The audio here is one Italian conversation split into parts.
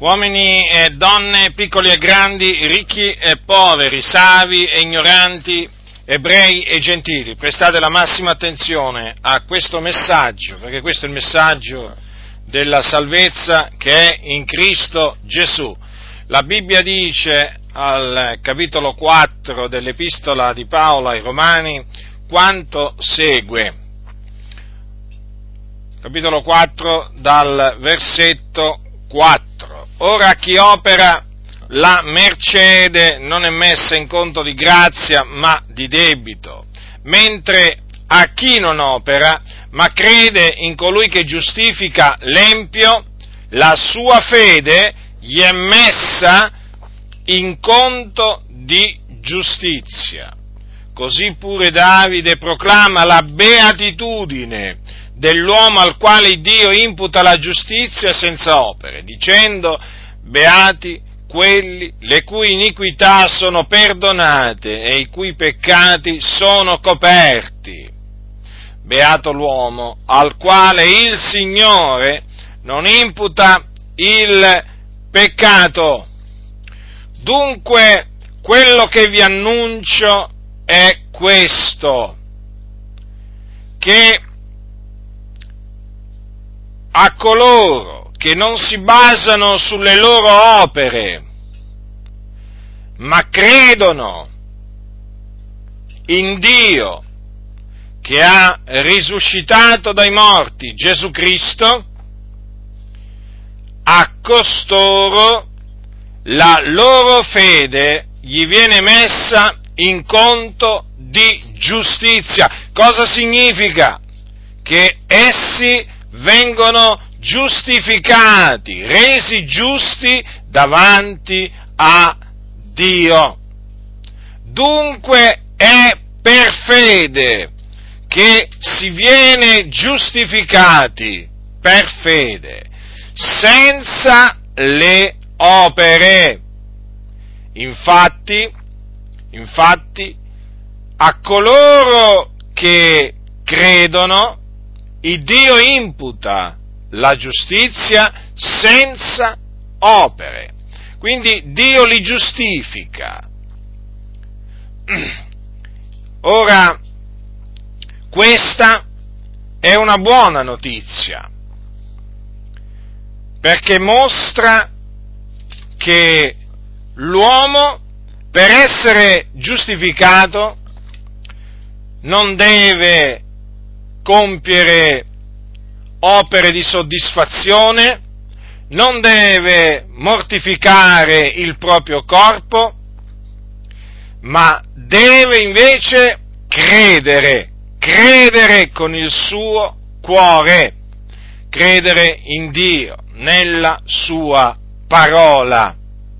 uomini e donne, piccoli e grandi, ricchi e poveri, savi e ignoranti, ebrei e gentili, prestate la massima attenzione a questo messaggio, perché questo è il messaggio della salvezza che è in Cristo Gesù. La Bibbia dice al capitolo 4 dell'Epistola di Paolo ai Romani quanto segue. Capitolo 4 dal versetto 4. Ora chi opera la mercede non è messa in conto di grazia, ma di debito, mentre a chi non opera, ma crede in colui che giustifica l'empio, la sua fede gli è messa in conto di giustizia. Così pure Davide proclama la beatitudine dell'uomo al quale Dio imputa la giustizia senza opere, dicendo: beati quelli le cui iniquità sono perdonate e i cui peccati sono coperti. Beato l'uomo al quale il Signore non imputa il peccato. Dunque, quello che vi annuncio è questo, che a coloro che non si basano sulle loro opere, ma credono in Dio che ha risuscitato dai morti Gesù Cristo, a costoro la loro fede gli viene messa in conto di giustizia. Cosa significa? Che essi vengono giustificati, resi giusti davanti a Dio. Dunque è per fede che si viene giustificati, per fede, senza le opere. Infatti, a coloro che credono, il Dio imputa la giustizia senza opere. Quindi Dio li giustifica. Ora, questa è una buona notizia, perché mostra che l'uomo, per essere giustificato, non deve compiere opere di soddisfazione, non deve mortificare il proprio corpo, ma deve invece credere con il suo cuore, credere in Dio, nella sua parola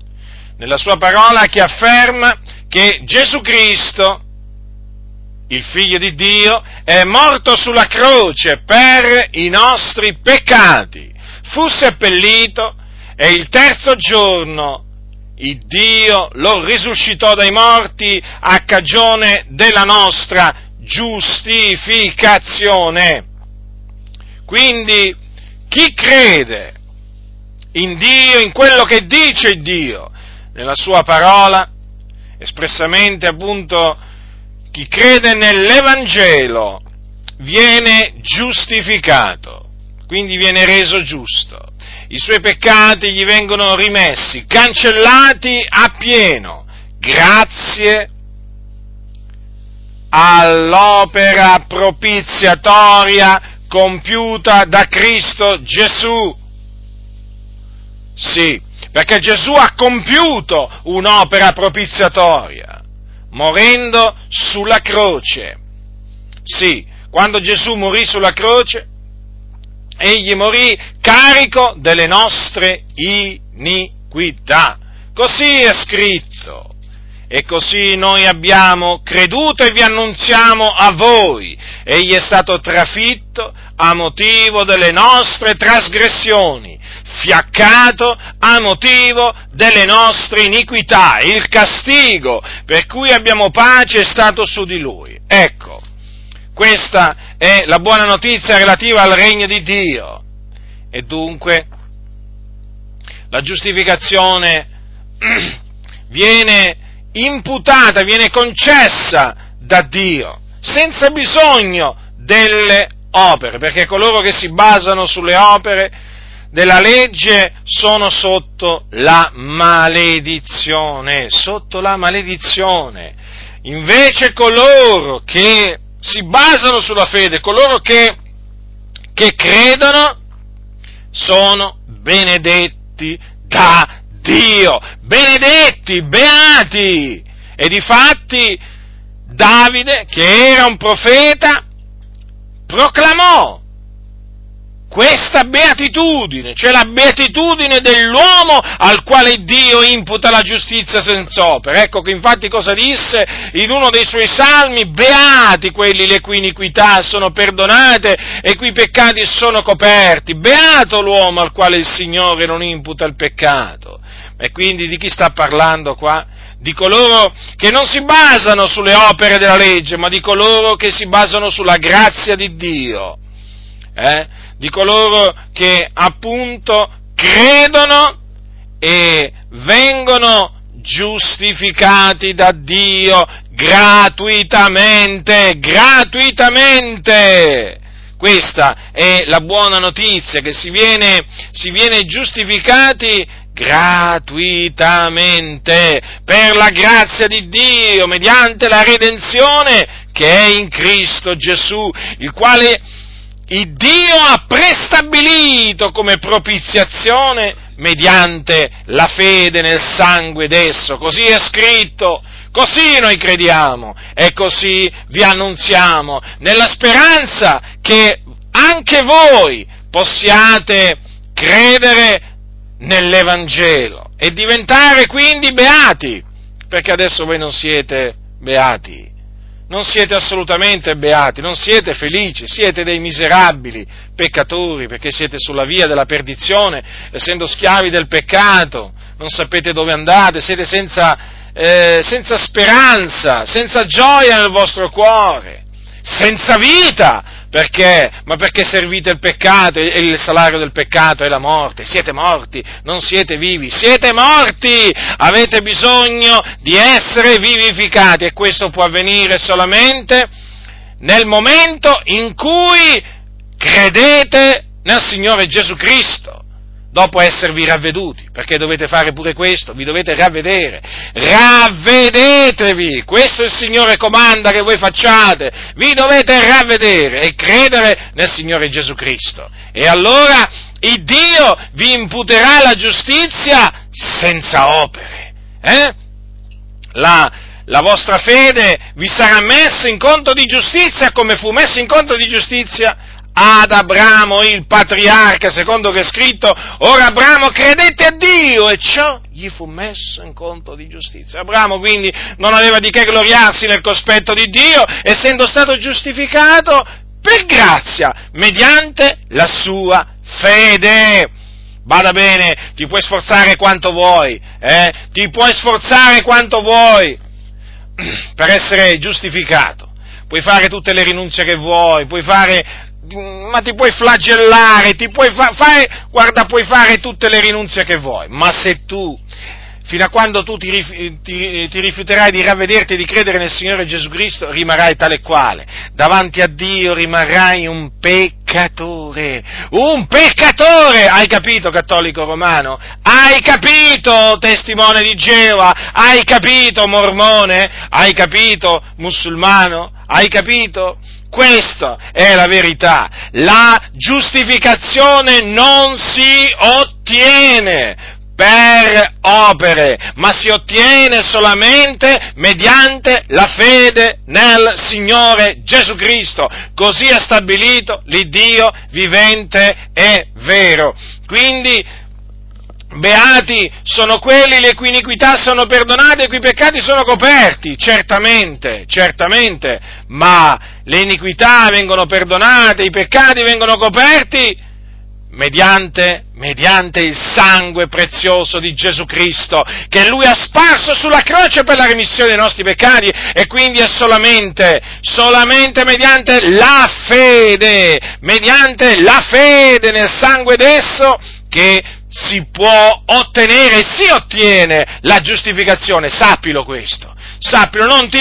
che afferma che Gesù Cristo, il Figlio di Dio, è morto sulla croce per i nostri peccati, fu seppellito e il terzo giorno il Dio lo risuscitò dai morti a cagione della nostra giustificazione. Quindi chi crede in Dio, in quello che dice Dio nella sua parola, espressamente appunto chi crede nell'Evangelo viene giustificato, quindi viene reso giusto. I suoi peccati gli vengono rimessi, cancellati appieno, grazie all'opera propiziatoria compiuta da Cristo Gesù. Sì, perché Gesù ha compiuto un'opera propiziatoria, morendo sulla croce. Sì, quando Gesù morì sulla croce, egli morì carico delle nostre iniquità. Così è scritto. E così noi abbiamo creduto e vi annunziamo a voi. Egli è stato trafitto a motivo delle nostre trasgressioni, fiaccato a motivo delle nostre iniquità. Il castigo per cui abbiamo pace è stato su di lui. Ecco, questa è la buona notizia relativa al regno di Dio. E dunque La giustificazione viene imputata, viene concessa da Dio, senza bisogno delle opere, perché coloro che si basano sulle opere della legge sono sotto la maledizione, Invece coloro che si basano sulla fede, coloro che credono, sono benedetti da Dio, benedetti, beati. E difatti Davide, che era un profeta, proclamò questa beatitudine, cioè la beatitudine dell'uomo al quale Dio imputa la giustizia senza opere. Ecco che infatti cosa disse in uno dei suoi salmi: beati quelli le cui iniquità sono perdonate e cui peccati sono coperti. Beato l'uomo al quale il Signore non imputa il peccato. E quindi di chi sta parlando qua? Di coloro che non si basano sulle opere della legge, ma di coloro che si basano sulla grazia di Dio. Di coloro che appunto credono e vengono giustificati da Dio gratuitamente. Questa è la buona notizia, che si viene giustificati gratuitamente per la grazia di Dio, mediante la redenzione che è in Cristo Gesù, il quale il Dio ha prestabilito come propiziazione mediante la fede nel sangue d'esso. Così è scritto, così noi crediamo e così vi annunziamo, nella speranza che anche voi possiate credere nell'Evangelo e diventare quindi beati, perché adesso voi non siete beati. Non siete assolutamente beati, non siete felici, siete dei miserabili peccatori, perché siete sulla via della perdizione, essendo schiavi del peccato, non sapete dove andate, siete senza speranza, senza gioia nel vostro cuore, senza vita. Perché? Ma perché servite il peccato e il salario del peccato è la morte. Siete morti, non siete vivi, siete morti! Avete bisogno di essere vivificati e questo può avvenire solamente nel momento in cui credete nel Signore Gesù Cristo. Dopo esservi ravveduti, perché dovete fare pure questo, vi dovete ravvedere, ravvedetevi, questo il Signore comanda che voi facciate, vi dovete ravvedere e credere nel Signore Gesù Cristo, e allora il Dio vi imputerà la giustizia senza opere, La vostra fede vi sarà messa in conto di giustizia come fu messa in conto di giustizia ad Abramo il patriarca, secondo che è scritto: ora Abramo credette a Dio e ciò gli fu messo in conto di giustizia. Abramo quindi non aveva di che gloriarsi nel cospetto di Dio, essendo stato giustificato per grazia, mediante la sua fede. Bada bene, ti puoi sforzare quanto vuoi, per essere giustificato. Puoi fare tutte le rinunce che vuoi, ma ti puoi flagellare, puoi fare tutte le rinunce che vuoi, ma se tu, fino a quando tu ti rifiuterai di ravvederti e di credere nel Signore Gesù Cristo, rimarrai tale quale, davanti a Dio rimarrai un peccatore, hai capito, cattolico romano? Hai capito, testimone di Geova? Hai capito, mormone? Hai capito, musulmano? Hai capito? Questa è la verità. La giustificazione non si ottiene per opere, ma si ottiene solamente mediante la fede nel Signore Gesù Cristo. Così ha stabilito l'Iddio vivente e vero. Quindi, beati sono quelli le cui iniquità sono perdonate e i cui peccati sono coperti, certamente, ma le iniquità vengono perdonate, i peccati vengono coperti mediante il sangue prezioso di Gesù Cristo, che Lui ha sparso sulla croce per la remissione dei nostri peccati, e quindi è solamente mediante la fede nel sangue d'esso che si può ottenere e si ottiene la giustificazione, sappilo questo, sappilo, non ti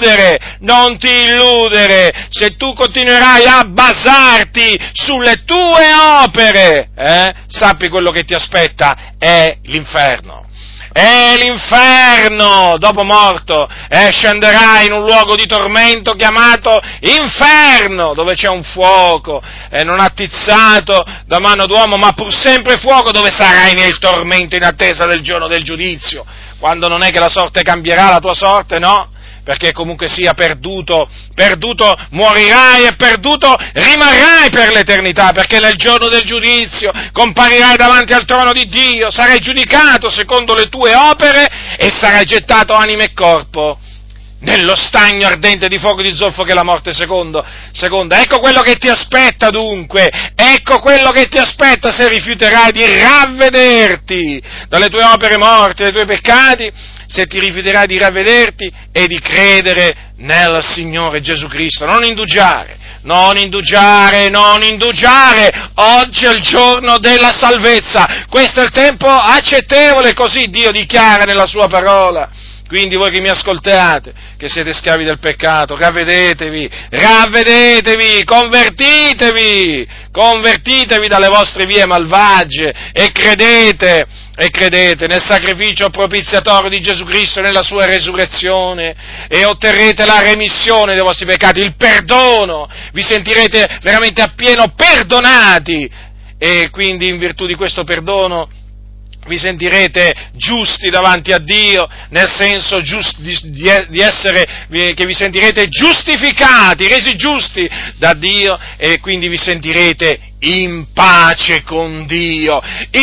illudere, se tu continuerai a basarti sulle tue opere, sappi quello che ti aspetta è l'inferno. È l'inferno, dopo morto, scenderai in un luogo di tormento chiamato inferno, dove c'è un fuoco, non attizzato da mano d'uomo, ma pur sempre fuoco, dove sarai nel tormento in attesa del giorno del giudizio, quando non è che la sorte cambierà, la tua sorte, no? Perché comunque sia perduto morirai e perduto rimarrai per l'eternità, perché nel giorno del giudizio comparirai davanti al trono di Dio, sarai giudicato secondo le tue opere e sarai gettato anima e corpo nello stagno ardente di fuoco di zolfo che è la morte seconda. Ecco quello che ti aspetta dunque, ecco quello che ti aspetta se rifiuterai di ravvederti dalle tue opere morte, dai tuoi peccati, se ti rifiuterai di ravvederti e di credere nel Signore Gesù Cristo. Non indugiare, oggi è il giorno della salvezza, questo è il tempo accettevole, così Dio dichiara nella sua parola. Quindi voi che mi ascoltate, che siete schiavi del peccato, ravvedetevi, convertitevi dalle vostre vie malvagie e credete nel sacrificio propiziatorio di Gesù Cristo e nella sua resurrezione e otterrete la remissione dei vostri peccati, il perdono, vi sentirete veramente appieno perdonati e quindi in virtù di questo perdono vi sentirete giusti davanti a Dio, nel senso di essere, che vi sentirete giustificati, resi giusti da Dio e quindi vi sentirete in pace con Dio,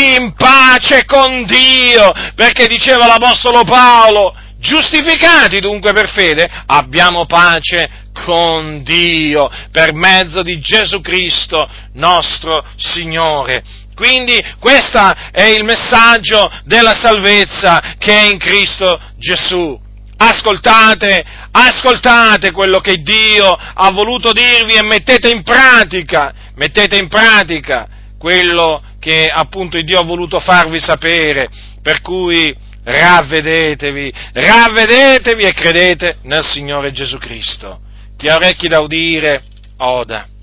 perché diceva l'Apostolo Paolo, giustificati dunque per fede, abbiamo pace con Dio, per mezzo di Gesù Cristo, nostro Signore. Quindi questo è il messaggio della salvezza che è in Cristo Gesù. Ascoltate quello che Dio ha voluto dirvi e mettete in pratica quello che appunto Dio ha voluto farvi sapere, per cui ravvedetevi e credete nel Signore Gesù Cristo. Chi ha orecchi da udire, oda.